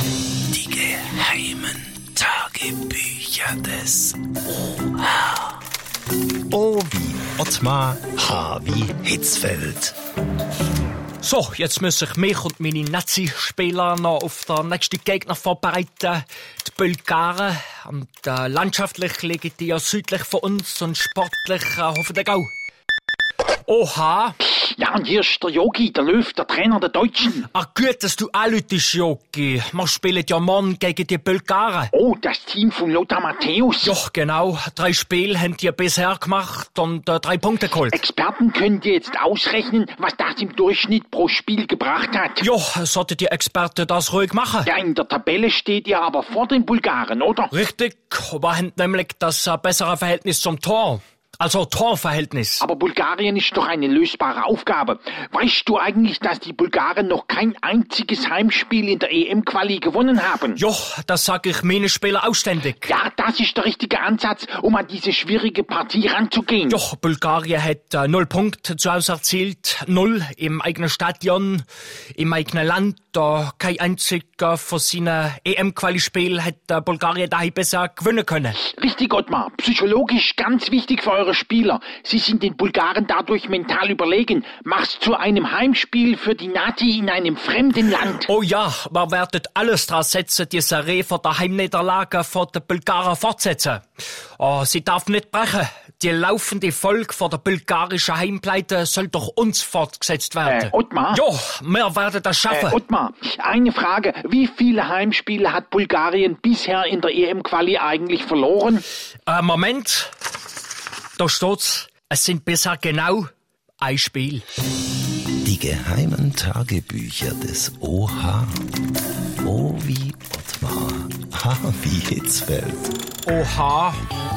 Die geheimen Tagebücher des OH. O wie Ottmar, H wie Hitzfeld. So, jetzt muss ich mich und meine Nazi-Spieler noch auf den nächsten Gegner vorbereiten. Die Bulgaren. Und landschaftlich liegen die ja südlich von uns und sportlich hoffentlich auch. Oha. Ja, und hier ist der Jogi, der Löw, der Trainer der Deutschen. Ach gut, dass du anrufst, Jogi. Wir spielen ja morgen gegen die Bulgaren. Oh, das Team von Lothar Matthäus. Ja, genau. 3 Spiele haben die bisher gemacht und 3 Punkte geholt. Experten können dir jetzt ausrechnen, was das im Durchschnitt pro Spiel gebracht hat. Ja, sollten die Experten das ruhig machen. Ja, in der Tabelle steht ihr aber vor den Bulgaren, oder? Richtig. Wir haben nämlich das bessere Verhältnis zum Tor. Also Torverhältnis. Aber Bulgarien ist doch eine lösbare Aufgabe. Weißt du eigentlich, dass die Bulgaren noch kein einziges Heimspiel in der EM-Quali gewonnen haben? Ja, das sag ich meinen Spielern auch ständig. Ja, das ist der richtige Ansatz, um an diese schwierige Partie ranzugehen. Ja, Bulgarien hat 0 Punkte zu Hause erzielt. 0 im eigenen Stadion, im eigenen Land. Kein einziger von seinen EM-Quali-Spielen hat Bulgarien daheim besser gewinnen können. Richtig, Ottmar. Psychologisch ganz wichtig für eure Spieler. Sie sind den Bulgaren dadurch mental überlegen. Mach's zu einem Heimspiel für die Nati in einem fremden Land. Oh ja, wir werden alles dran setzen, die Serie von der Heimniederlage von den Bulgaren fortsetzen. Oh, sie darf nicht brechen. Die laufende Folge von der bulgarischen Heimpleite soll durch uns fortgesetzt werden. Ottmar? Ja, wir werden das schaffen. Ottmar, eine Frage. Wie viele Heimspiele hat Bulgarien bisher in der EM-Quali eigentlich verloren? Moment. Da steht's. Es sind bisher genau 1 Spiel. Die geheimen Tagebücher des OH. O wie Ottmar, H wie Hitzfeld. Oha.